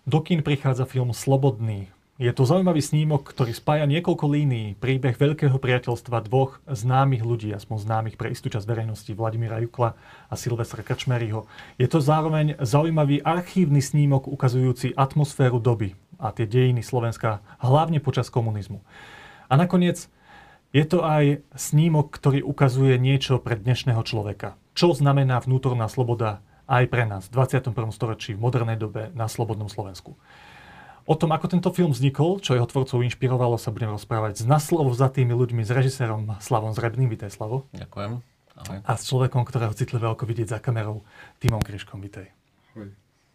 Do kín prichádza film Slobodný. Je to zaujímavý snímok, ktorý spája niekoľko línií, príbeh veľkého priateľstva dvoch známych ľudí, aspoň známych pre istú časť verejnosti, Vladimíra Jukla a Silvestra Krčmeryho. Je to zároveň zaujímavý archívny snímok ukazujúci atmosféru doby a tie dejiny Slovenska, hlavne počas komunizmu. A nakoniec je to aj snímok, ktorý ukazuje niečo pre dnešného človeka. Čo znamená vnútorná sloboda aj pre nás v 21. storočí, v modernej dobe na slobodnom Slovensku. O tom, ako tento film vznikol, čo jeho tvorcov inšpirovalo, sa budem rozprávať s naslovzatými ľuďmi, s režisérom Slavom Zrebným. Vítaj, Slavo. Ďakujem. Ahoj. A s človekom, ktorého citlivé oko vidieť za kamerou, Timom Kryškom. Vítaj. Ahoj.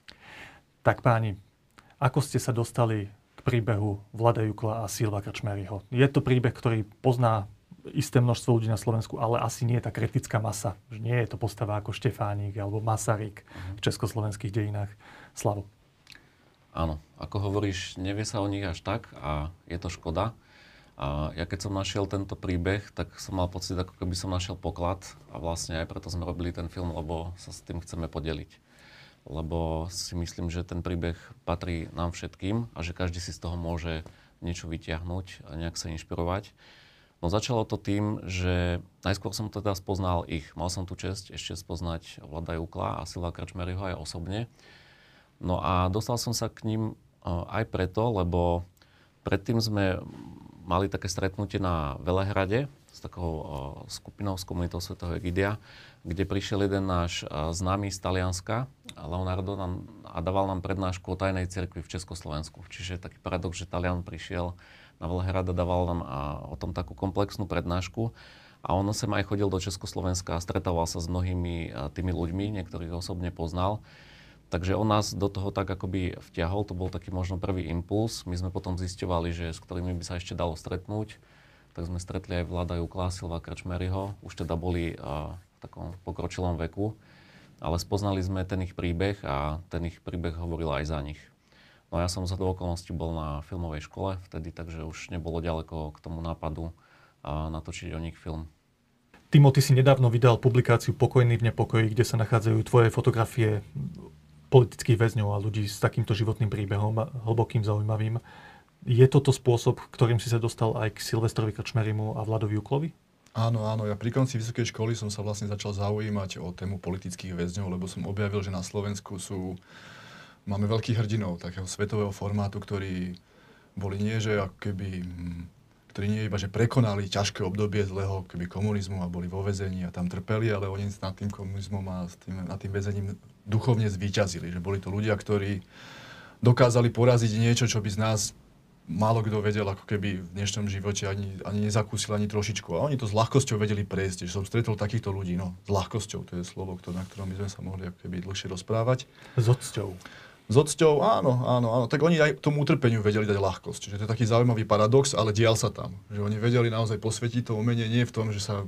Tak páni, ako ste sa dostali k príbehu Vlada Jukla a Silva Krčmeryho? Je to príbeh, ktorý pozná isté množstvo ľudí na Slovensku, ale asi nie je tá kritická masa. Že nie je to postava ako Štefánik alebo Masaryk v československých dejinách. Slavo. Áno, ako hovoríš, nevie sa o nich až tak a je to škoda. A ja keď som našiel tento príbeh, tak som mal pocit, ako keby som našiel poklad a vlastne aj preto sme robili ten film, lebo sa s tým chceme podeliť. Lebo si myslím, že ten príbeh patrí nám všetkým a že každý si z toho môže niečo vyťahnuť a nejak sa inšpirovať. No začalo to tým, že najskôr som teda spoznal ich. Mal som tu česť ešte spoznať Vlada Jukla a Silva Krčmeryho aj osobne. No a dostal som sa k ním aj preto, lebo predtým sme mali také stretnutie na Velehrade s takou skupinou, s komunitou Svätého Egidia, kde prišiel jeden náš známy z Talianska, Leonardo, a dával nám prednášku o tajnej cirkvi v Československu. Čiže taký paradox, že Talian prišiel na Velehrad a dával nám o tom takú komplexnú prednášku. A on sem aj chodil do Československa a stretával sa s mnohými tými ľuďmi, niektorých osobne poznal. Takže on nás do toho tak akoby vtiahol, to bol taký možno prvý impuls. My sme potom zisťovali, že s ktorými by sa ešte dalo stretnúť. Tak sme stretli aj Vlada Jukla, Silva Krčmeryho. Už teda boli v takom pokročilom veku. Ale spoznali sme ten ich príbeh a ten ich príbeh hovoril aj za nich. No ja som za do okolností bol na filmovej škole vtedy, takže už nebolo ďaleko k tomu nápadu natočiť o nich film. Timo, ty si nedávno vydal publikáciu Pokojný v nepokoji, kde sa nachádzajú tvoje fotografie politických väzňov a ľudí s takýmto životným príbehom, hlbokým, zaujímavým. Je toto spôsob, ktorým si sa dostal aj k Silvestrovi Krčmerymu a Vladovi Juklovi? Áno. Ja pri konci vysokej školy som sa vlastne začal zaujímať o tému politických väzňov, lebo som objavil, že na Slovensku máme veľkých hrdinov takého svetového formátu, ktorí boli nie, že ako keby, ktorí nie iba, že prekonali ťažké obdobie zlého komunizmu a boli vo väzení a tam trpeli, ale oni nad tým komunizmom a nad tým väzením duchovne zvíťazili. Že boli to ľudia, ktorí dokázali poraziť niečo, čo by z nás málo kto vedel, ako keby v dnešnom živote ani nezakúsil ani trošičku. A oni to s ľahkosťou vedeli prejsť. Že som stretol takýchto ľudí, s ľahkosťou, to je slovo, na ktorom by sme sa mohli ako keby dlhšie rozprávať. S ocťou. S ocťou, áno. Tak oni aj tomu utrpeniu vedeli dať ľahkosť. Čiže to je taký zaujímavý paradox, ale dial sa tam. Že oni vedeli naozaj posvetiť to umenie nie v tom, že sa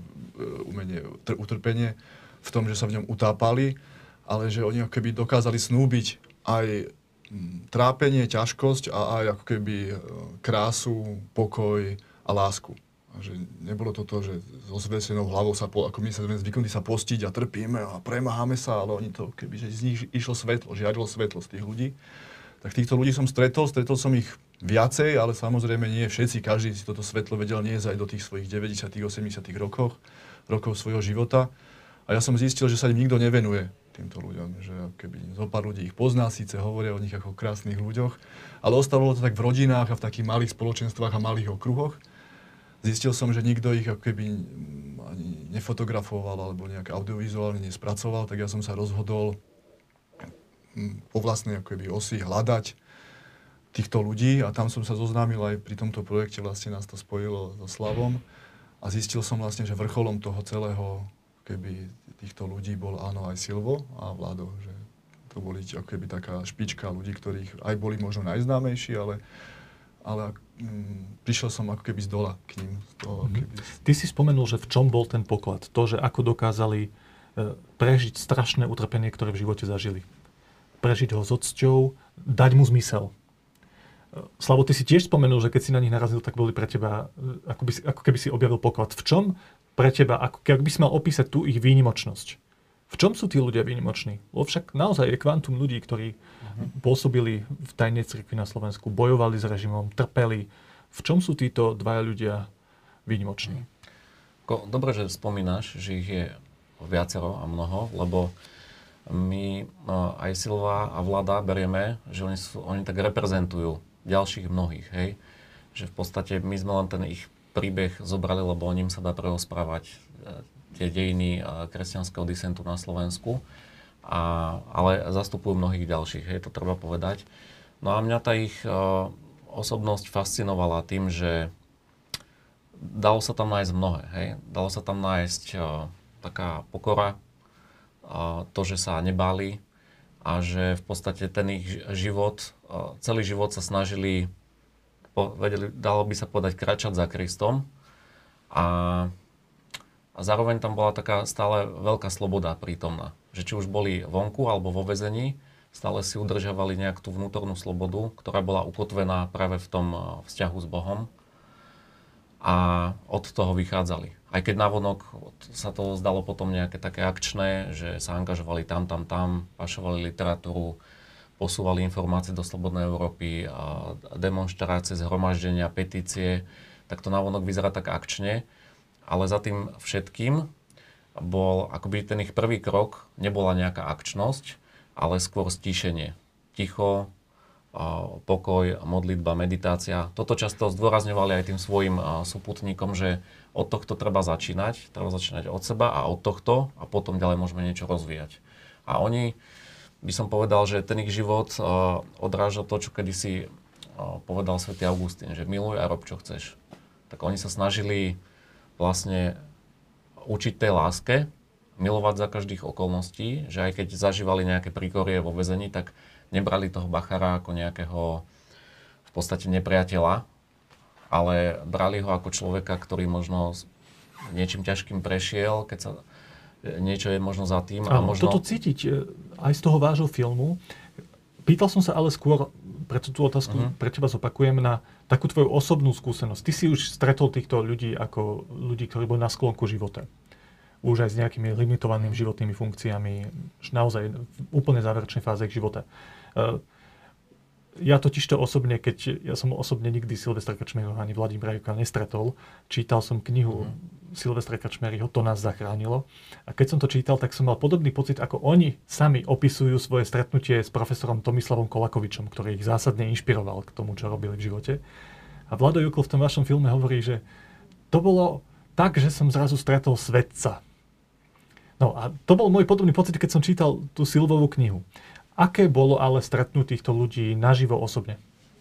utrpenie, v tom, že sa v ňom utápali, ale že oni ako keby dokázali snúbiť aj trápenie, ťažkosť a aj ako keby krásu, pokoj a lásku. A že nebolo to, že so zvesenou hlavou ako my sa sme zvyknutí sa postiť a trpíme a premáhame sa, ale oni to keby, že z nich išlo svetlo, žiarilo svetlo z tých ľudí. Tak týchto ľudí som stretol som ich viacej, ale samozrejme nie všetci, každý si toto svetlo vedel niesť aj do tých svojich 90. 80. rokov svojho života. A ja som zistil, že sa im nikto nevenuje týmto ľuďom, že keby zopár ľudí ich pozná, síce hovoria o nich ako o krásnych ľuďoch, ale ostalo to tak v rodinách a v takých malých spoločenstvách a malých okruhoch. Zistil som, že nikto ich ako keby ani nefotografoval alebo nejak audiovizuálne nespracoval, tak ja som sa rozhodol po vlastnej ako keby osi hľadať týchto ľudí a tam som sa zoznámil aj pri tomto projekte, vlastne nás to spojilo so Slavom a zistil som vlastne, že vrcholom toho celého keby týchto ľudí bol áno aj Silvo a Vlado, že to boli ako keby taká špička ľudí, ktorých aj boli možno najznámejší, ale prišiel som ako keby z dola k ním. Ty si spomenul, že v čom bol ten poklad? To, že ako dokázali prežiť strašné utrpenie, ktoré v živote zažili. Prežiť ho s ocťou, dať mu zmysel. Slavo, ty si tiež spomenul, že keď si na nich narazil, tak boli pre teba, ako keby si objavil poklad. V čom pre teba, ako keby si mal opísať tú ich výnimočnosť? V V čom sú tí ľudia výnimoční? Lebo však naozaj je kvantum ľudí, ktorí pôsobili v tajnej cirkvi na Slovensku, bojovali s režimom, trpeli. V čom sú títo dvaja ľudia výnimoční? Dobre, že spomínaš, že ich je viacero a mnoho, lebo my aj Silva a Vlada berieme, že oni tak reprezentujú ďalších mnohých, hej? Že v podstate my sme len ten ich príbeh zobrali, lebo o ním sa dá prerozprávať tie dejiny kresťanského disentu na Slovensku, ale zastupujú mnohých ďalších, hej, to treba povedať. No a mňa tá ich osobnosť fascinovala tým, že dalo sa tam nájsť mnohé, hej. Dalo sa tam nájsť taká pokora, to, že sa nebáli a že v podstate ten ich život, celý život sa snažili, dalo by sa povedať, kráčať za Kristom a zároveň tam bola taká stále veľká sloboda prítomná. Že či už boli vonku alebo vo väzení, stále si udržiavali nejak tú vnútornú slobodu, ktorá bola ukotvená práve v tom vzťahu s Bohom. A od toho vychádzali. Aj keď navonok sa to zdalo potom nejaké také akčné, že sa angažovali tam, pašovali literatúru, posúvali informácie do Slobodnej Európy, demonštrácie, zhromaždenia, petície, tak to navonok vyzerá tak akčne. Ale za tým všetkým bol akoby ten ich prvý krok, nebola nejaká akčnosť, ale skôr stíšenie. Ticho, pokoj, modlitba, meditácia. Toto často zdôrazňovali aj tým svojim súputníkom, že od tohto treba začínať od seba a od tohto a potom ďalej môžeme niečo rozvíjať. A oni, by som povedal, že ten ich život odráža to, čo kedysi povedal svätý Augustín, že miluj a rob, čo chceš. Tak oni sa snažili vlastne učiť tej láske, milovať za každých okolností, že aj keď zažívali nejaké príkorie vo väzení, tak nebrali toho bachára ako nejakého v podstate nepriateľa, ale brali ho ako človeka, ktorý možno niečím ťažkým prešiel, keď sa niečo je možno za tým. A možno... Toto cítiť aj z toho vášho filmu. Pýtal som sa ale skôr, preto tú otázku pre teba zopakujem, na takú tvoju osobnú skúsenosť. Ty si už stretol týchto ľudí ako ľudí, ktorí boli na sklonku života. Už aj s nejakými limitovanými životnými funkciami, naozaj v úplne záverečnej fáze ich života. Ja totižto osobne, ja som osobne nikdy Silvestra Krčmeryho ani Vladimíra Jukla nestretol, čítal som knihu Silvestra Krčmeryho, To nás zachránilo. A keď som to čítal, tak som mal podobný pocit, ako oni sami opisujú svoje stretnutie s profesorom Tomislavom Kolakovičom, ktorý ich zásadne inšpiroval k tomu, čo robili v živote. A Vlado Jukl v tom vašom filme hovorí, že to bolo tak, že som zrazu stretol svetca. No a to bol môj podobný pocit, keď som čítal tú Silvovú knihu. Aké bolo ale stretnúť týchto ľudí naživo osobne?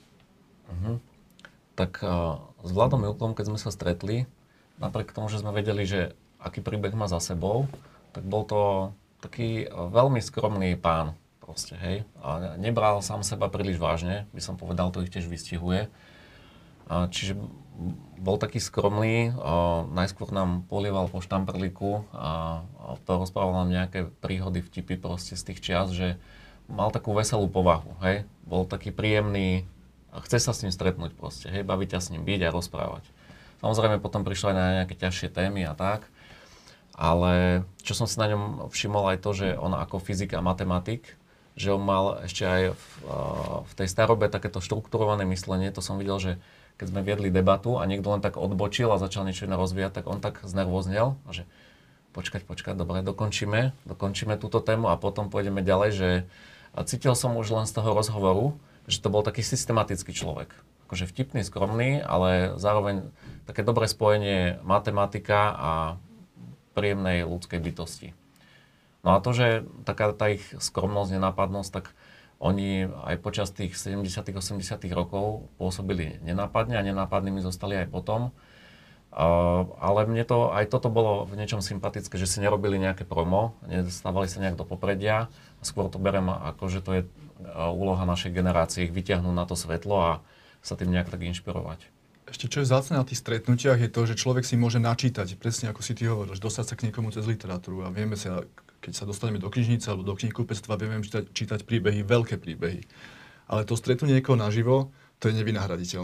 Tak s Vladom Juklom, keď sme sa stretli, napriek tomu, že sme vedeli, že aký príbeh má za sebou, tak bol to taký veľmi skromný pán. Proste, hej. A nebral sám seba príliš vážne, by som povedal, to ich tiež vystihuje. Čiže bol taký skromný, najskôr nám polieval po štamprlíku a porozprával nám nejaké príhody, vtipy proste z tých čias, že mal takú veselú povahu, hej. Bol taký príjemný, chce sa s ním stretnúť proste, hej, baviť a s ním byť a rozprávať. Samozrejme potom prišlo aj na nejaké ťažšie témy a tak, ale čo som si na ňom všimol aj to, že on ako fyzik a matematik, že on mal ešte aj v tej starobe takéto štrukturované myslenie, to som videl, že keď sme viedli debatu a niekto len tak odbočil a začal niečo iné rozvíjať, tak on tak znervoznel, že počkať, dobre, dokončíme túto tému a potom pôjdeme ďalej, že cítil som už len z toho rozhovoru, že to bol taký systematický človek. Akože vtipný, skromný, ale zároveň také dobré spojenie matematika a príjemnej ľudskej bytosti. No a to, že taká tá ich skromnosť, nenápadnosť, tak oni aj počas tých 70 80 rokov pôsobili nenápadne a nenápadnými zostali aj potom. Ale mne to, aj toto bolo v niečom sympatické, že si nerobili nejaké promo, nedostávali sa nejak do popredia. Skôr to berem ako, že to je úloha našej generácie, ich vyťahnuť na to svetlo a sa tým nejak tak inšpirovať. Ešte čo je vzácne na tých stretnutiach je to, že človek si môže načítať, presne ako si ty hovoril, dostať sa k niekomu cez literatúru a vieme sa, keď sa dostaneme do knižnice alebo do knihkupectva, vieme čítať príbehy, veľké príbehy. Ale to stretnutie niekoho naživo, to je nevynahraditeľné.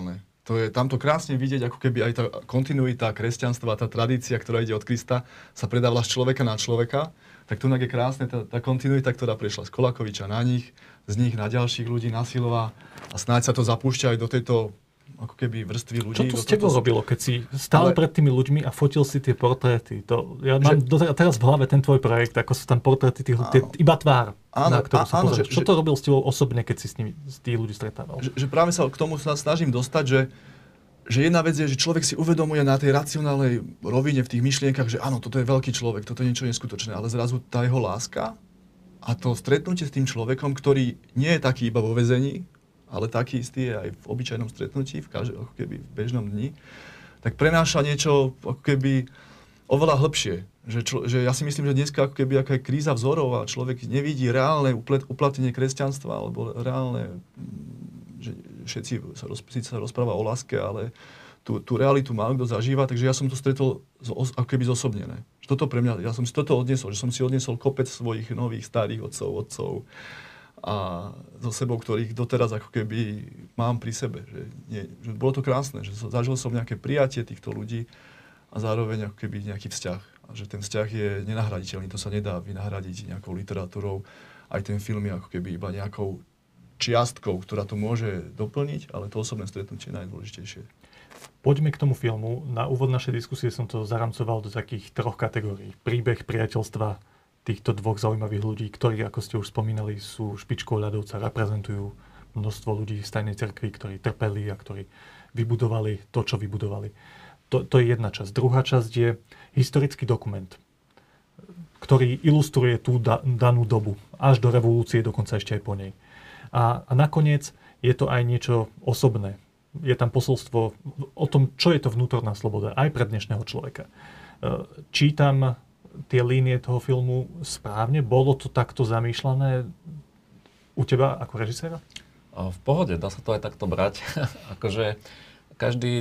Tam to krásne vidieť, ako keby aj tá kontinuita kresťanstva, tá tradícia, ktorá ide od Krista, sa predávala z človeka na človeka. Tak tu je krásne tá kontinuita, ktorá prešla z Kolakoviča na nich, z nich na ďalších ľudí, na Silová. A snáď sa to zapúšťa aj do tejto ako keby vrstvy ľudí. Čo to s tebou robilo, keď si stál pred tými ľuďmi a fotil si tie portréty? Ja mám teraz v hlave ten tvoj projekt, ako sú tam portréty tých ľudí, iba tvár, na ktorú sa pozrieš. Čo to robil s tebou osobne, keď si s tých ľudí stretával? Že práve sa k tomu snažím dostať, že jedna vec je, že človek si uvedomuje na tej racionálnej rovine v tých myšlienkach, že áno, toto je veľký človek, toto je niečo neskutočné, ale zrazu tá jeho láska a to stretnutie s tým človekom, ktorý nie je taký iba vo väzení, ale taký istý je aj v obyčajnom stretnutí, ako keby v bežnom dni, tak prenáša niečo ako keby oveľa hlbšie. Že ja si myslím, že dneska ako keby aká je kríza vzorov a človek nevidí reálne uplatnenie kresťanstva alebo reálne, že všetci sa rozpráva o láske, ale tú realitu málo kto zažíva, takže ja som to stretol ako keby zosobnené. Toto pre mňa, ja som si toto odniesol, že som si odniesol kopec svojich nových starých otcov a so sebou, ktorých doteraz ako keby mám pri sebe. Že bolo to krásne, že zažil som nejaké prijatie týchto ľudí a zároveň ako keby nejaký vzťah. A že ten vzťah je nenahraditeľný, to sa nedá vynahradiť nejakou literatúrou. Aj ten film je ako keby iba nejakou čiastkou, ktorá to môže doplniť, ale to osobné stretnutie je najdôležitejšie. Poďme k tomu filmu. Na úvod našej diskusie som to zaramcoval do takých 3 kategórií. Príbeh priateľstva týchto 2 zaujímavých ľudí, ktorí, ako ste už spomínali, sú špičkou ľadovca, reprezentujú množstvo ľudí z tajnej cirkvi, ktorí trpeli a ktorí vybudovali to, čo vybudovali. To je jedna časť. Druhá časť je historický dokument, ktorý ilustruje tú danú dobu, až do revolúcie, dokonca ešte aj po nej. A nakoniec je to aj niečo osobné. Je tam posolstvo o tom, čo je to vnútorná sloboda, aj pre dnešného človeka. Čítam tie línie toho filmu správne? Bolo to takto zamýšľané u teba ako režiséra? V pohode, dá sa to aj takto brať. Akože každý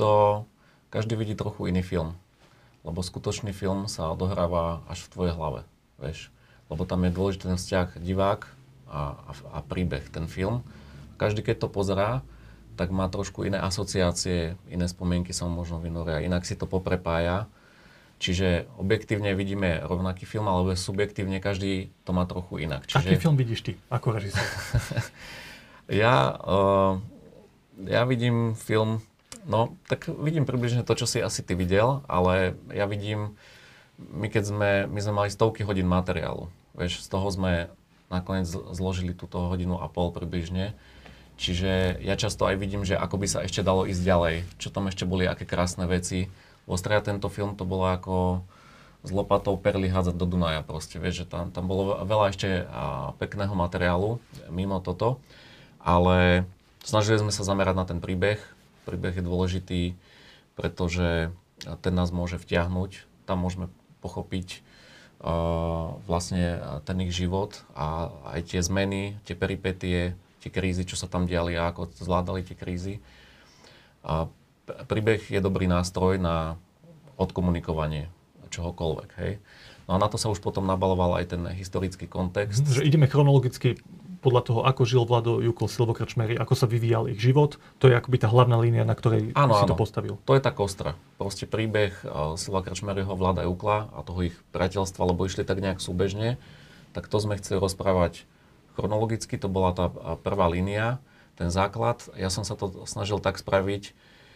vidí trochu iný film. Lebo skutočný film sa odohráva až v tvojej hlave. Vieš? Lebo tam je dôležitý ten vzťah divák a príbeh, ten film. Každý, keď to pozerá, tak má trošku iné asociácie, iné spomienky sa mu možno vynoria, inak si to poprepája. Čiže objektívne vidíme rovnaký film, ale subjektívne každý to má trochu inak. Aký film vidíš ty ako režisér? Ja vidím film, tak vidím približne to, čo si asi ty videl, ale ja vidím, my sme mali stovky hodín materiálu. Vieš, z toho sme nakoniec zložili túto 1,5 hodiny približne. Čiže ja často aj vidím, že ako by sa ešte dalo ísť ďalej, čo tam ešte boli, aké krásne veci. Ostria tento film to bolo ako s lopatou perly hádzať do Dunaja proste, vieš, že tam bolo veľa ešte pekného materiálu mimo toto, ale snažili sme sa zamerať na ten príbeh. Príbeh je dôležitý, pretože ten nás môže vtiahnuť, tam môžeme pochopiť vlastne ten ich život a aj tie zmeny, tie peripetie, tie krízy, čo sa tam diali a ako zvládali tie krízy. A príbeh je dobrý nástroj na odkomunikovanie čohokoľvek, hej. No a na to sa už potom nabaloval aj ten historický kontext. Že ideme chronologicky podľa toho, ako žil Vlado Jukl, Silvo Krčmery, ako sa vyvíjal ich život. To je akoby tá hlavná línia, na ktorej si to postavil. To je tá kostra. Proste príbeh Silva Krčmeryho, Vlada Jukla a toho ich priateľstva, lebo išli tak nejak súbežne, tak to sme chceli rozprávať chronologicky, to bola tá prvá línia, ten základ. Ja som sa to snažil tak spraviť,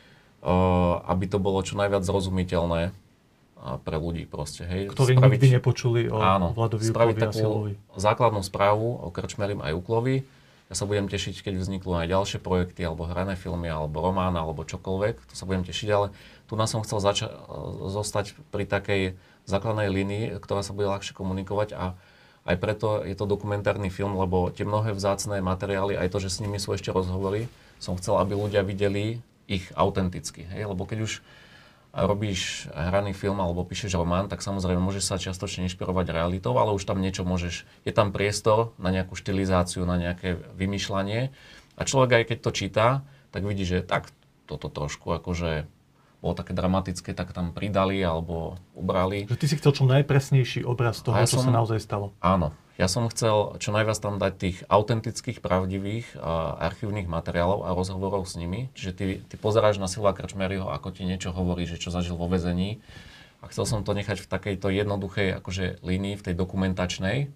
aby to bolo čo najviac zrozumiteľné pre ľudí proste, hej. Ktorí nikdy nepočuli o Vladovi Juklovi a Silovi. Základnú správu o Krčmerim a Juklovi. Ja sa budem tešiť, keď vzniknú aj ďalšie projekty, alebo hrané filmy, alebo román, alebo čokoľvek. To sa budem tešiť, ale tu nás som chcel zostať pri takej základnej línii, ktorá sa bude ľahšie komunikovať a aj preto je to dokumentárny film, lebo tie mnohé vzácne materiály, aj to, že s nimi sú ešte rozhovory, som chcel, aby ľudia videli ich autenticky, hej, lebo keď už robíš hraný film alebo píšeš román, tak samozrejme môžeš sa čiastočne inšpirovať realitou, ale už tam niečo je tam priestor na nejakú štilizáciu, na nejaké vymýšľanie a človek aj keď to číta, tak vidí, že tak toto trošku akože bolo také dramatické, tak tam pridali alebo ubrali. Že ty si chcel čo najpresnejší obraz toho, čo sa naozaj stalo. Áno. Ja som chcel čo najviac tam dať tých autentických, pravdivých archívnych materiálov a rozhovorov s nimi. Čiže ty pozeráš na Silva Krčmeryho, ako ti niečo hovorí, že čo zažil vo väzení. A chcel som to nechať v takejto jednoduchej akože línii, v tej dokumentačnej,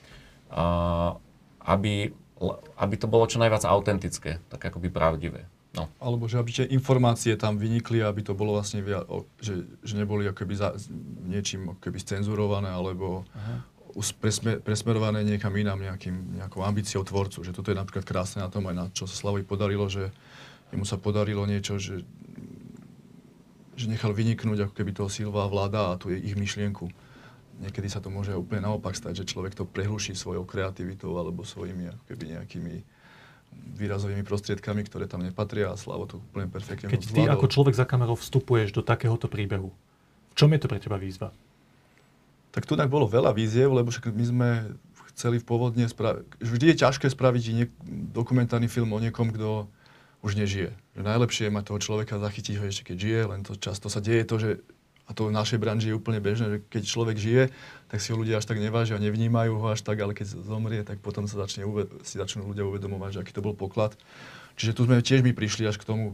aby to bolo čo najviac autentické, tak akoby pravdivé. No. Alebo že aby tie informácie tam vynikli, aby to bolo vlastne že neboli akoby niečím akoby scenzurované, alebo presmerované niekam inám, nejakou ambíciou tvorcu. Že toto je napríklad krásne na tom, aj na čo sa Slavovi podarilo, že jemu sa podarilo niečo, že nechal vyniknúť ako keby toho Silva vláda a tú ich myšlienku. Niekedy sa to môže úplne naopak stať, že človek to prehluší svojou kreativitou alebo svojimi ako keby nejakými výrazovými prostriedkami, ktoré tam nepatria, a Slavo to úplne perfektne zvládol. Keď ty ako človek za kamerou vstupuješ do takéhoto príbehu, v čom je to pre teba výzva? Tak tu bolo veľa víziev, lebo my sme chceli v pôvodne spraviť. Vždy je ťažké spraviť dokumentárny film o niekom, kto už nežije. Že najlepšie je mať toho človeka zachytiť ho ešte keď žije, len to často sa deje to, že, a to v našej branži je úplne bežné, že keď človek žije, tak si ho ľudia až tak nevážia, nevnímajú ho až tak, ale keď zomrie, tak potom sa začnú ľudia uvedomovať, že aký to bol poklad. Čiže tu sme tiež my prišli až k tomu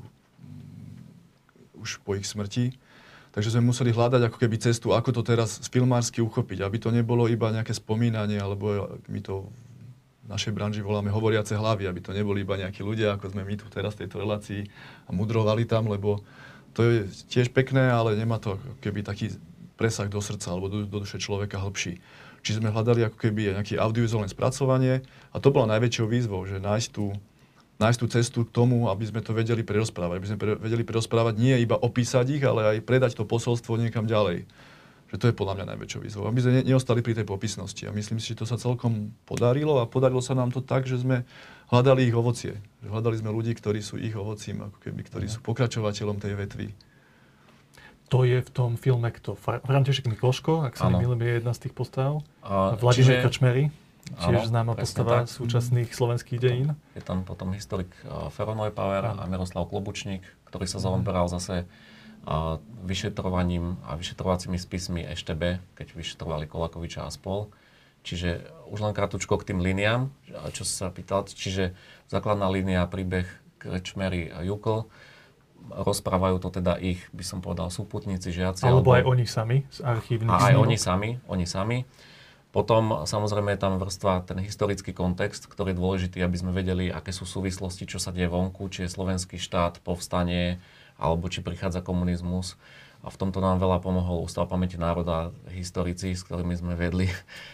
už po ich smrti. Takže sme museli hľadať ako keby cestu, ako to teraz filmársky uchopiť, aby to nebolo iba nejaké spomínanie, alebo my to v našej branži voláme hovoriace hlavy, aby to neboli iba nejakí ľudia, ako sme my tu teraz v tejto relácii a mudrovali tam, lebo to je tiež pekné, ale nemá to ako keby taký presah do srdca alebo do duše človeka hlbší. Čiže sme hľadali ako keby nejaké audiovizuálne spracovanie a to bola najväčšou výzvou, že nájsť tú cestu k tomu, aby sme to vedeli prerozprávať. Aby sme vedeli prerozprávať nie iba opísať ich, ale aj predať to posolstvo niekam ďalej. Že to je podľa mňa najväčšou výzvou. Aby sme neostali pri tej popisnosti. A myslím si, že to sa celkom podarilo a podarilo sa nám to tak, že sme hľadali ich ovocie. Že hľadali sme ľudí, ktorí sú ich ovocím, ako keby, ktorí sú pokračovateľom tej vetvy. To je v tom filme kto? František Mikloško, ak sa nemýlim, je jedna z tých postav. Vladimír Krčmery. Tiež známa postava súčasných slovenských dejín. Je tam potom historik Fero Neupauer a Miroslav Klobučník, ktorý sa zaoberal zase vyšetrovaním a vyšetrovacími spismi EŠTB, keď vyšetrovali Kolakoviča a spol. Čiže už len kratučko k tým líniám, čo sa pýtal. Čiže základná línia, príbeh Krčmery a Jukl. Rozprávajú to teda ich, by som povedal, súputníci, žiaci. Alebo aj oni sami z archívnych snímok. A aj oni sami. Potom samozrejme je tam vrstva, ten historický kontext, ktorý je dôležitý, aby sme vedeli, aké sú súvislosti, čo sa deje vonku, či je slovenský štát, povstanie, alebo či prichádza komunizmus. A v tomto nám veľa pomohol Ústav pamäti národa, historici, s ktorými sme vedli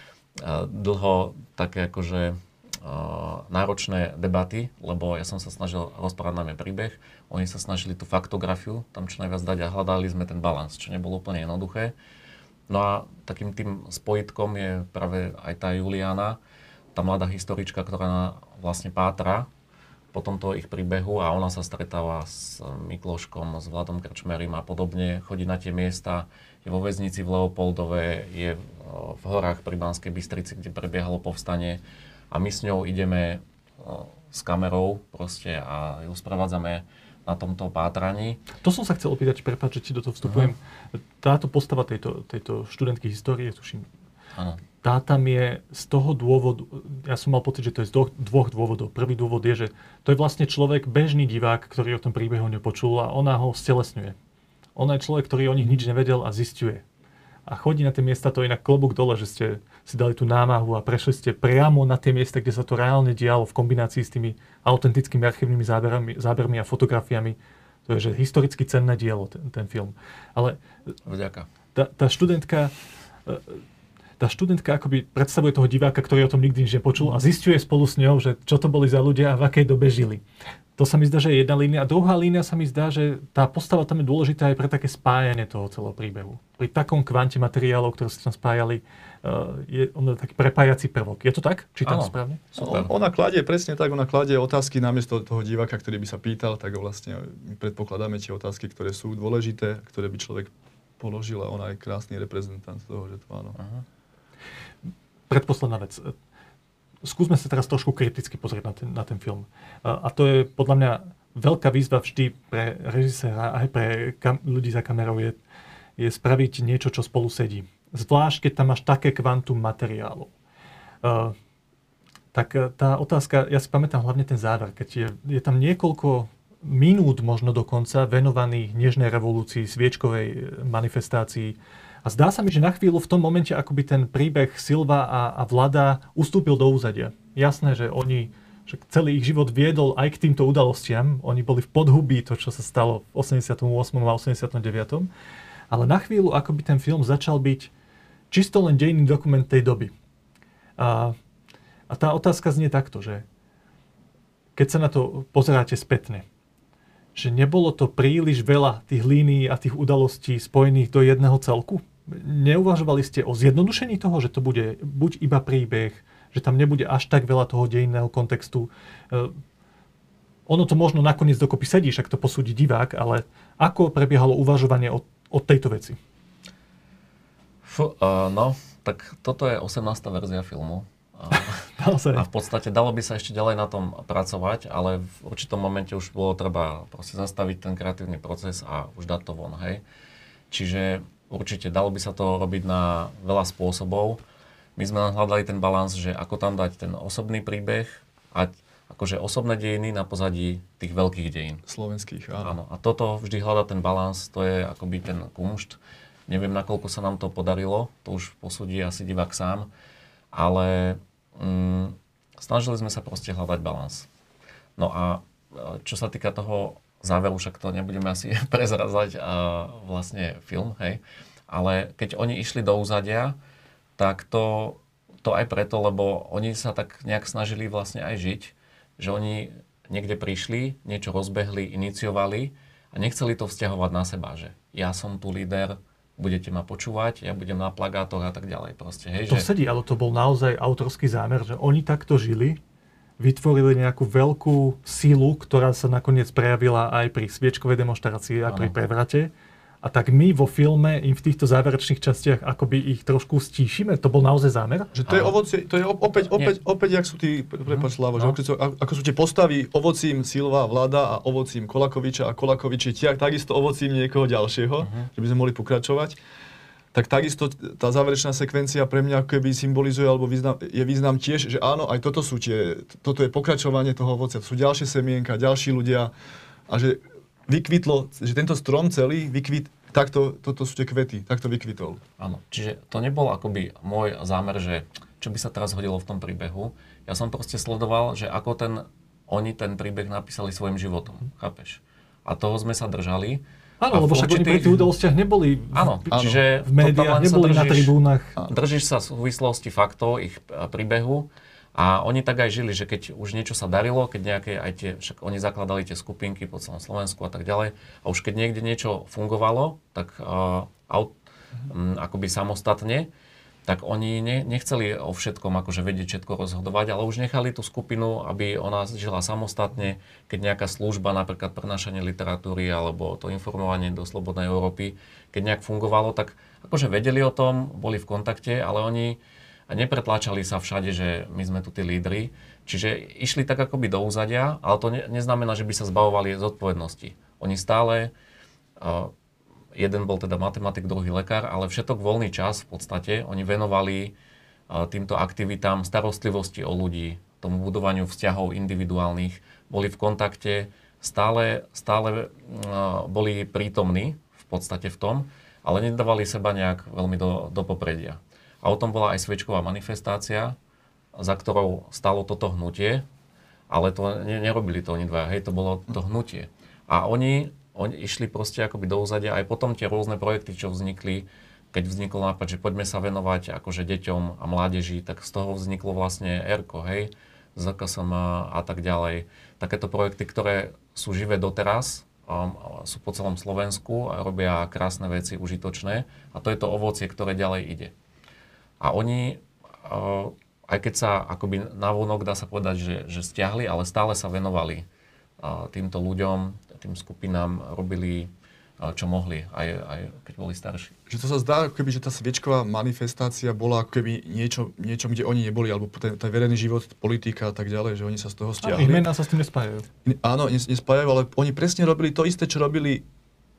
dlho také akože náročné debaty, lebo ja som sa snažil rozprávať najmä príbeh, oni sa snažili tú faktografiu tam čo najviac dať a hľadali sme ten balans, čo nebolo úplne jednoduché. No a takým tým spojitkom je práve aj tá Juliana, tá mladá historička, ktorá vlastne pátra po tomto ich príbehu a ona sa stretáva s Mikloškom, s Vladom Krčmerym a podobne, chodí na tie miesta, je vo väznici v Leopoldove, je v horách pri Banskej Bystrici, kde prebiehalo povstanie a my s ňou ideme s kamerou proste a ju sprevádzame na tomto pátraní. To som sa chcel opýtať, prepáč, že ti do toho vstupujem. Táto postava tejto študentky histórie, tuším, tá tam je z toho dôvodu, ja som mal pocit, že to je z dvoch dôvodov. Prvý dôvod je, že to je vlastne človek, bežný divák, ktorý o tom príbehu nepočul a ona ho stelesňuje. Ona je človek, ktorý o nich nič nevedel a zisťuje. A chodí na tie miesta, to je inak klobúk dole, že ste si dali tú námahu a prešli ste priamo na tie miesta, kde sa to reálne dialo v kombinácii s tými autentickými archívnymi zábermi a fotografiami. To je že historicky cenné dielo, ten film. Ale tá študentka akoby predstavuje toho diváka, ktorý o tom nikdy nič nepočul a zisťuje spolu s ňou, že čo to boli za ľudia a v akej dobe žili. To sa mi zdá, že je jedna línia. A druhá línia sa mi zdá, že tá postava tam je dôležitá aj pre také spájanie toho celého príbehu. Pri takom kvante materiálov, ktoré sa tam spájali, je on taký prepájací prvok. Je to tak? Čítam správne? Ona kladie otázky namiesto toho diváka, ktorý by sa pýtal, tak vlastne my predpokladáme tie otázky, ktoré sú dôležité, ktoré by človek položil a ona je krásny reprezentant toho, že to áno. Aha. Predposledná vec. Skúsme sa teraz trošku kriticky pozrieť na ten film. A to je podľa mňa veľká výzva vždy pre režiséra aj pre ľudí za kamerou je spraviť niečo, čo spolu sedí. Zvlášť, keď tam máš také kvantum materiálov. Tak tá otázka, ja si pamätám hlavne ten záver, keď je tam niekoľko minút možno dokonca venovaných nežnej revolúcii, sviečkovej manifestácii. A zdá sa mi, že na chvíľu v tom momente akoby ten príbeh Silva a Vlada ustúpil do úzadia. Jasné, že že celý ich život viedol aj k týmto udalostiam. Oni boli v podhubí to, čo sa stalo v 88. a 89. Ale na chvíľu akoby ten film začal byť čisto len dejný dokument tej doby. A tá otázka znie takto, že keď sa na to pozeráte spätne, že nebolo to príliš veľa tých línií a tých udalostí spojených do jedného celku? Neuvažovali ste o zjednodušení toho, že to bude buď iba príbeh, že tam nebude až tak veľa toho dejinného kontextu? Ono to možno nakoniec dokopy sedí, však to posúdi divák, ale ako prebiehalo uvažovanie o tejto veci? No, tak toto je 18. verzia filmu. A v podstate dalo by sa ešte ďalej na tom pracovať, ale v určitom momente už bolo treba proste zastaviť ten kreatívny proces a už dať to von, hej. Čiže určite dalo by sa to robiť na veľa spôsobov. My sme hľadali ten balans, že ako tam dať ten osobný príbeh a akože osobné dejiny na pozadí tých veľkých dejín. Slovenských, áno. Áno. A toto vždy hľadá ten balans, to je akoby ten kumšt. Neviem, nakoľko sa nám to podarilo, to už posúdi asi divák sám, ale snažili sme sa proste hľadať balans. No a čo sa týka toho záveru, však to nebudeme asi prezrazať vlastne film, hej, ale keď oni išli do úzadia, tak to aj preto, lebo oni sa tak nejak snažili vlastne aj žiť, že oni niekde prišli, niečo rozbehli, iniciovali a nechceli to vzťahovať na seba, že ja som tu líder, budete ma počúvať, ja budem na plagátoch a tak ďalej. Proste, hej, to sedí, ale to bol naozaj autorský zámer, že oni takto žili, vytvorili nejakú veľkú sílu, ktorá sa nakoniec prejavila aj pri sviečkovej demonštrácii, aj pri prevrate. A tak my vo filme im v týchto záverečných častiach akoby ich trošku stíšime. To bol naozaj zámer? Že to je ovocie, to je opäť jak sú tí, prepáč Slavo, že ako sú tie postavy ovocím Silva, Vlada a ovocím Kolakoviča a Kolakovič je takisto ovocím niekoho ďalšieho, že by sme mohli pokračovať. Tak takisto tá záverečná sekvencia pre mňa ako keby symbolizuje, alebo je význam tiež, že áno, aj toto je pokračovanie toho ovocia. To sú ďalšie semienka, ďalší ľudia a že vykvitlo, že tento strom celý toto sú tie kvety, takto vykvitol. Áno, čiže to nebol akoby môj zámer, že čo by sa teraz hodilo v tom príbehu. Ja som proste sledoval, že ako oni ten príbeh napísali svojim životom, chápeš? A toho sme sa držali. Áno, lebo však oni pri tých udalostiach neboli čiže v médiách, neboli na tribúnach. Držíš sa v súvislosti faktov ich príbehu. A oni tak aj žili, že keď už niečo sa darilo, keď nejaké aj však oni zakladali tie skupinky po celom Slovensku a tak ďalej, a už keď niekde niečo fungovalo, tak akoby samostatne, tak oni nechceli o všetkom akože vedieť všetko rozhodovať, ale už nechali tú skupinu, aby ona žila samostatne, keď nejaká služba, napríklad prenášanie literatúry alebo to informovanie do Slobodnej Európy, keď nejak fungovalo, tak akože vedeli o tom, boli v kontakte, ale oni nepretláčali sa všade, že my sme tu tí lídri. Čiže išli tak akoby do úzadia, ale to neznamená, že by sa zbavovali zodpovednosti. Oni stále, jeden bol teda matematik, druhý lekár, ale všetok voľný čas v podstate oni venovali týmto aktivitám starostlivosti o ľudí, tomu budovaniu vzťahov individuálnych, boli v kontakte, stále boli prítomní v podstate v tom, ale nedávali seba nejak veľmi do popredia. A o tom bola aj sviečková manifestácia, za ktorou stalo toto hnutie, ale to nerobili to oni dvaja, hej, to bolo to hnutie. A oni išli proste akoby do úzadia, aj potom tie rôzne projekty, čo vznikli, keď vznikol nápad, že poďme sa venovať akože deťom a mládeži, tak z toho vzniklo vlastne ERKO, hej, ZKSM a tak ďalej. Takéto projekty, ktoré sú živé doteraz, sú po celom Slovensku a robia krásne veci, užitočné, a to je to ovocie, ktoré ďalej ide. A oni, aj keď sa akoby navonok, dá sa povedať, že stiahli, ale stále sa venovali týmto ľuďom, tým skupinám, robili čo mohli, aj keď boli starší. Že to sa zdá, keby, že tá sviečková manifestácia bola ako keby niečo, kde oni neboli, alebo ten verejný život, politika a tak ďalej, že oni sa z toho stiahli. Ich mená sa s tým nespájajú. Áno, nespájajú, ale oni presne robili to isté, čo robili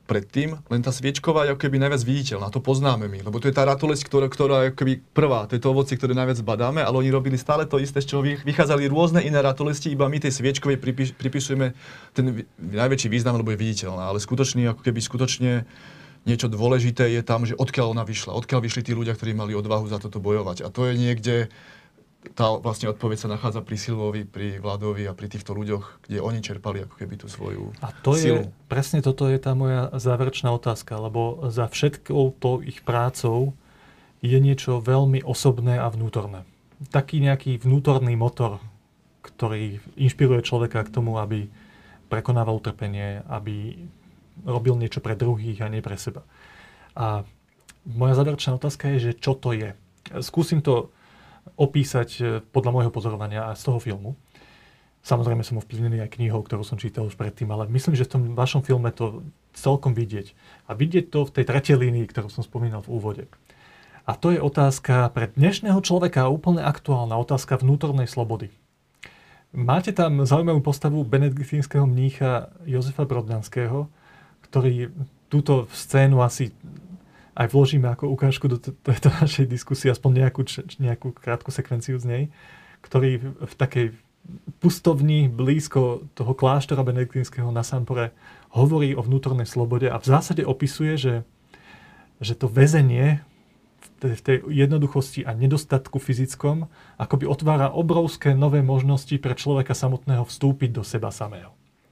predtým, len tá sviečková je ako keby najviac viditeľná, to poznáme my, lebo to je tá ratolesť, ktorá je ako keby prvá, to je to ovocie, ktoré najviac badáme, ale oni robili stále to isté, z čoho vychádzali rôzne iné ratolesti, iba my tej sviečkovej pripisujeme ten najväčší význam, lebo je viditeľná, ale skutočne niečo dôležité je tam, že odkiaľ ona vyšla, odkiaľ vyšli tí ľudia, ktorí mali odvahu za toto bojovať. A to je niekde, tá vlastne odpoveď sa nachádza pri Silvovi, pri Vladovi a pri týchto ľuďoch, kde oni čerpali ako keby tú svoju a to silu. Presne toto je tá moja záverečná otázka, lebo za všetkou tou ich prácou je niečo veľmi osobné a vnútorné. Taký nejaký vnútorný motor, ktorý inšpiruje človeka k tomu, aby prekonával utrpenie, aby robil niečo pre druhých a nie pre seba. A moja záverečná otázka je, že čo to je. Skúsim to opísať podľa môjho pozorovania a z toho filmu. Samozrejme som ovplyvnený aj knihou, ktorú som čítal už predtým, ale myslím, že v tom vašom filme to celkom vidieť. A vidieť to v tej tretej línii, ktorú som spomínal v úvode. A to je otázka pre dnešného človeka, úplne aktuálna otázka vnútornej slobody. Máte tam zaujímavú postavu benediktínskeho mnícha Jozefa Brodnanského, ktorý túto scénu asi aj vložíme ako ukážku do tejto našej diskusie, aspoň nejakú krátku sekvenciu z nej, ktorý v takej pustovni blízko toho kláštora benediktínskeho na Sampore hovorí o vnútornej slobode a v zásade opisuje, že to väzenie v tej jednoduchosti a nedostatku fyzickom akoby otvára obrovské nové možnosti pre človeka samotného vstúpiť do seba samého.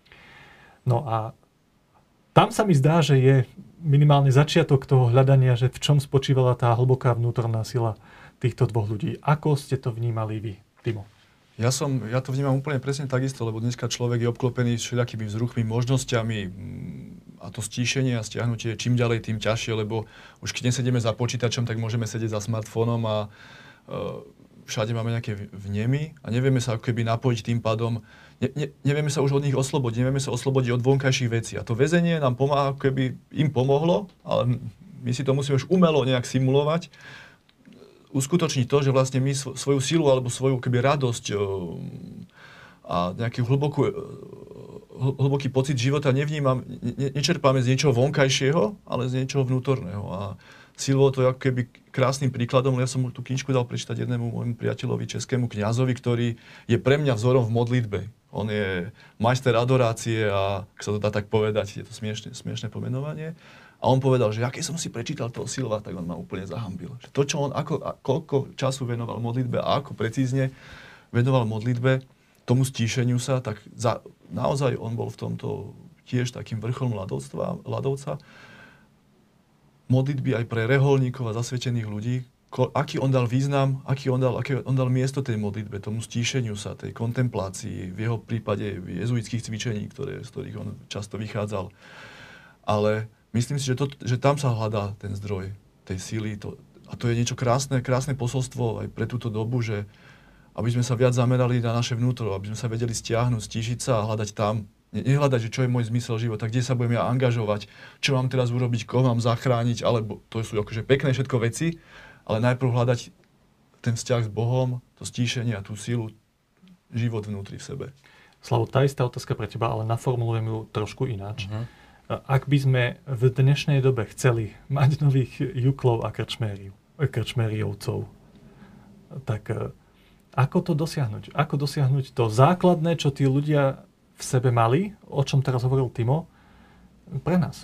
No a tam sa mi zdá, že je minimálne začiatok toho hľadania, že v čom spočívala tá hlboká vnútorná sila týchto dvoch ľudí. Ako ste to vnímali vy, Timo? Ja to vnímam úplne presne takisto, lebo dneska človek je obklopený všelijakými vzruchmi, možnosťami a to stíšenie a stiahnutie čím ďalej, tým ťažšie, lebo už keď nesedíme za počítačom, tak môžeme sedieť za smartfónom a všade máme nejaké vnemy a nevieme sa ako keby napojiť tým pádom. Nevieme sa už od nich oslobodiť, nevieme sa oslobodiť od vonkajších vecí. A to väzenie nám pomáha, ako keby im pomohlo, ale my si to musíme už umelo nejak simulovať, uskutočniť to, že vlastne my svoju silu alebo svoju keby radosť a nejaký hlboký pocit života nečerpáme z niečoho vonkajšieho, ale z niečoho vnútorného. A Silvo to je ako keby krásnym príkladom, ja som tú knižku dal prečítať jednému môjmu priateľovi, českému kňazovi, ktorý je pre mňa vzorom v modlitbe. On je majster adorácie a, ak sa to dá tak povedať, je to smiešné pomenovanie. A on povedal, že keď som si prečítal toho Silva, tak on ma úplne zahambil. Že to, čo on koľko času venoval modlitbe a ako precízne venoval modlitbe, tomu stíšeniu sa, tak naozaj on bol v tomto tiež takým vrcholom ľadovca. Modlitby aj pre reholníkov a zasvetených ľudí, aký on dal význam, aké on dal miesto tej modlitbe, tomu stíšeniu sa, tej kontemplácii, v jeho prípade jezuitských cvičení, z ktorých on často vychádzal. Ale myslím si, že tam sa hľadá ten zdroj tej síly. A to je niečo krásne posolstvo aj pre túto dobu, že aby sme sa viac zamerali na naše vnútro, aby sme sa vedeli stiahnuť, stíšiť sa a hľadať tam. Nehľadať, že čo je môj zmysel života, kde sa budem ja angažovať, čo mám teraz urobiť, koho mám zachrániť, alebo to sú akože pekné všetko veci, ale najprv hľadať ten vzťah s Bohom, to stíšenie a tú silu, život vnútri v sebe. Slavo, tá istá otázka pre teba, ale naformulujem ju trošku ináč. Ak by sme v dnešnej dobe chceli mať nových juklov a krčmériovcov, tak ako to dosiahnuť? Ako dosiahnuť to základné, čo tí ľudia v sebe mali, o čom teraz hovoril Timo, pre nás?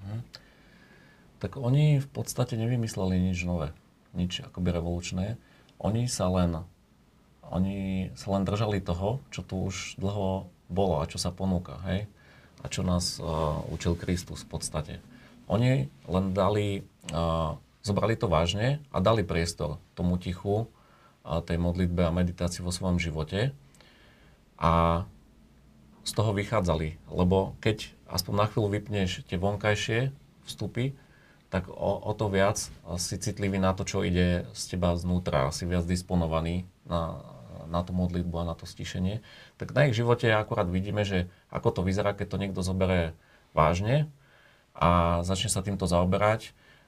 Tak oni v podstate nevymysleli nič nové, nič akoby revolučné. Oni sa len držali toho, čo tu už dlho bolo a čo sa ponúka, hej? A čo nás učil Kristus v podstate. Oni len zobrali to vážne a dali priestor tomu tichu, tej modlitbe a meditácii vo svojom živote a z toho vychádzali, lebo keď aspoň na chvíľu vypneš tie vonkajšie vstupy, tak o to viac si citlivý na to, čo ide z teba znútra, si viac disponovaný na tú modlitbu a na to stíšenie. Tak na ich živote akurát vidíme, že ako to vyzerá, keď to niekto zoberie vážne a začne sa týmto zaoberať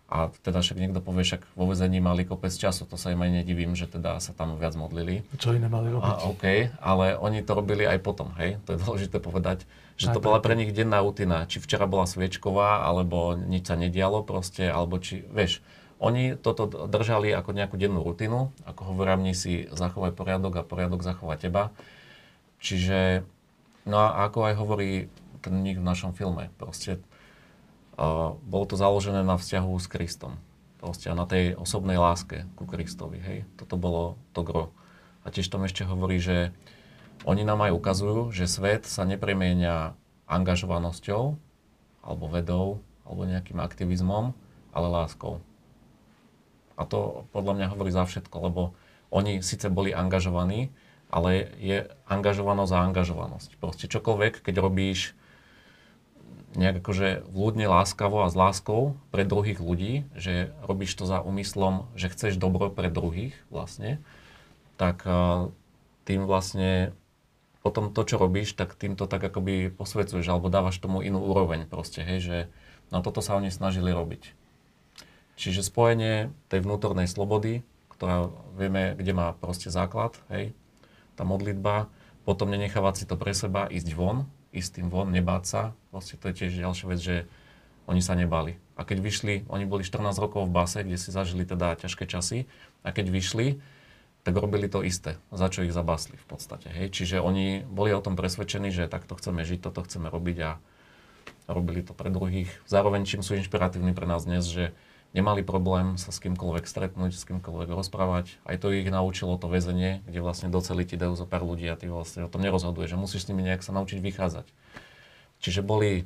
A teda však niekto povie, však vo väzení mali kopec času, to sa im aj nedivím, že teda sa tam viac modlili. Čo iné mali robiť? OK, ale oni to robili aj potom, hej? To je dôležité povedať, že to bola pre nich denná rutina. Či včera bola sviečková, alebo nič sa nedialo proste, alebo či, vieš, oni toto držali ako nejakú dennú rutinu, ako hovorím, si zachovaj poriadok a poriadok zachová teba. Čiže, no a ako aj hovorí ten mních v našom filme, proste bolo to založené na vzťahu s Kristom. Proste na tej osobnej láske ku Kristovi, hej. Toto bolo to gro. A tiež tam ešte hovorí, že oni nám aj ukazujú, že svet sa nepremienia angažovanosťou, alebo vedou, alebo nejakým aktivizmom, ale láskou. A to podľa mňa hovorí za všetko, lebo oni síce boli angažovaní, ale je angažovanosť a angažovanosť. Proste čokoľvek, keď robíš nejak akože vľúdne, láskavo a s láskou pre druhých ľudí, že robíš to za úmyslom, že chceš dobro pre druhých vlastne, tak tým vlastne potom to, čo robíš, tak tým to tak akoby posvedzuješ alebo dávaš tomu inú úroveň proste, hej, že na toto sa oni snažili robiť. Čiže spojenie tej vnútornej slobody, ktorá vieme, kde má proste základ, hej, tá modlitba, potom nenechávať si to pre seba, ísť tým von, nebáť sa. Vlastne to je tiež ďalšia vec, že oni sa nebali. A keď vyšli, oni boli 14 rokov v base, kde si zažili teda ťažké časy. A keď vyšli, tak robili to isté, za čo ich zabásli v podstate. Hej. Čiže oni boli o tom presvedčení, že takto chceme žiť, toto chceme robiť a robili to pre druhých. Zároveň, čím sú inšpiratívni pre nás dnes, že nemali problém sa s kýmkoľvek stretnúť, s kýmkoľvek rozprávať. Aj to ich naučilo to väzenie, kde vlastne doceli ti dajú zo pár ľudí a ty vlastne o tom nerozhoduješ, že musíš s nimi nejak sa naučiť vychádzať. Čiže boli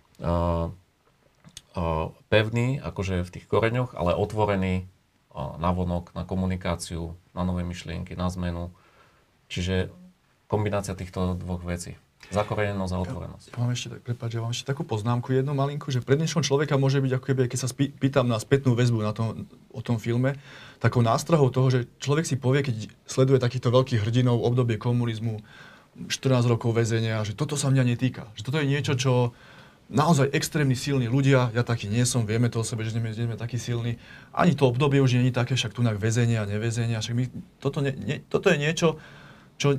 pevní akože v tých koreňoch, ale otvorení navonok, na komunikáciu, na nové myšlienky, na zmenu. Čiže kombinácia týchto dvoch vecí. Zakorenenosť a otvorenosť. Ja mám ešte takú poznámku jednu malinku, že pre dnešného človeka môže byť, ako keby, keď sa pýtam na spätnú väzbu o tom filme, takou nástrahou toho, že človek si povie, keď sleduje takýchto veľkých hrdinov, obdobie komunizmu, 14 rokov väzenia, že toto sa mňa netýka. Že toto je niečo, čo naozaj extrémne silní ľudia, ja taký nie som, vieme to o sebe, že nie sme takí silní. Ani to obdobie už nie je také, však tu väzenie a neväzenie. Toto je niečo, čo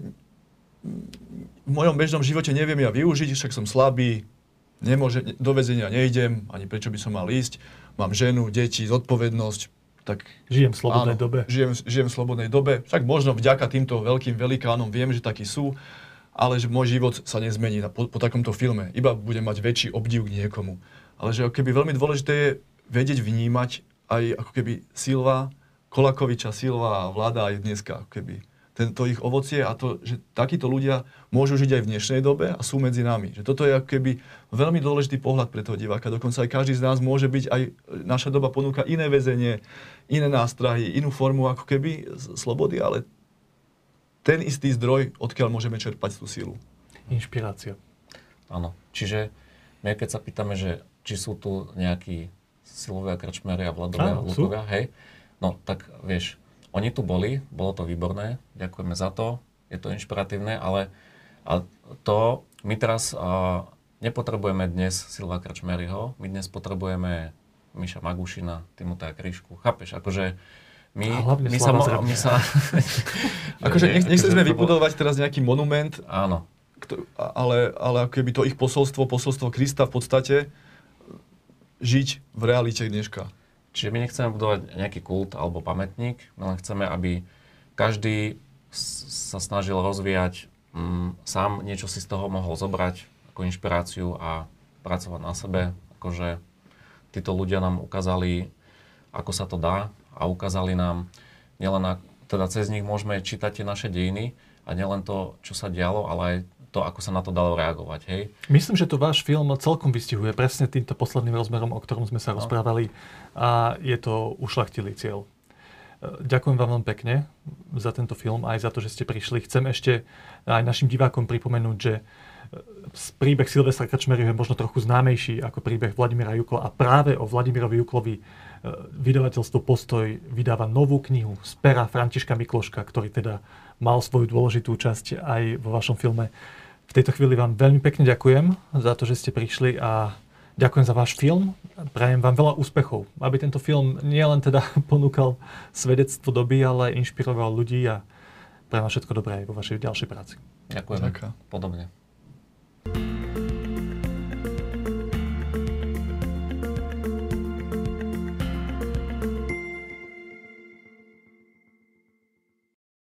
v mojom bežnom živote neviem ja využiť, však som slabý, do väzenia nejdem, ani prečo by som mal ísť, mám ženu, deti, zodpovednosť, tak... Žijem v slobodnej dobe. Žijem v slobodnej dobe, však možno vďaka týmto veľkým velikánom viem, že takí sú, ale že môj život sa nezmení po takomto filme, iba budem mať väčší obdiv k niekomu. Ale že keby veľmi dôležité je vedieť vnímať aj ako keby Kolakoviča Silva a vláda aj dneska, ako keby to ich ovocie a to, že takíto ľudia môžu žiť aj v dnešnej dobe a sú medzi nami. Že toto je ako keby veľmi dôležitý pohľad pre toho diváka. Dokonca aj každý z nás môže byť, aj naša doba ponúka iné väzenie, iné nástrahy, inú formu ako keby slobody, ale ten istý zdroj, odkiaľ môžeme čerpať tú silu. Inšpirácia. Áno. Čiže my keď sa pýtame, že či sú tu nejakí silovia, krčmery a vládovia, lukovia, hej, no tak vieš, oni tu boli, bolo to výborné, ďakujeme za to, je to inšpiratívne, ale to my teraz nepotrebujeme dnes Silva Krčmeryho, my dnes potrebujeme Miša Magušina, Timoteja Kryšku, chápeš, akože my sa... Akože nechceli sme vybudovať teraz nejaký monument, áno. Ale ako keby to ich posolstvo Krista v podstate žiť v realite dneška. Čiže my nechceme budovať nejaký kult alebo pamätník, my len chceme, aby každý sa snažil rozvíjať sám, niečo si z toho mohol zobrať ako inšpiráciu a pracovať na sebe. Akože títo ľudia nám ukázali, ako sa to dá a ukázali nám, nielen teda cez nich môžeme čítať tie naše dejiny a nielen to, čo sa dialo, ale aj to, ako sa na to dalo reagovať, hej? Myslím, že to váš film celkom vystihuje presne týmto posledným rozmerom, o ktorom sme sa rozprávali a je to ušľachtilý cieľ. Ďakujem vám veľmi pekne za tento film, aj za to, že ste prišli. Chcem ešte aj našim divákom pripomenúť, že príbeh Silvestra Krčmeryho je možno trochu známejší ako príbeh Vladimíra Jukla a práve o Vladimírovi Juklovi vydavateľstvo Postoj vydáva novú knihu z pera Františka Mikloška, ktorý teda mal svoju dôležitú časť aj vo vašom filme. V tejto chvíli vám veľmi pekne ďakujem za to, že ste prišli a Ďakujem za váš film. Prajem vám veľa úspechov, aby tento film nielen teda ponúkal svedectvo doby, ale inšpiroval ľudí a prajem vám všetko dobré aj vo vašej ďalšej práci. Ďakujem. Podobne.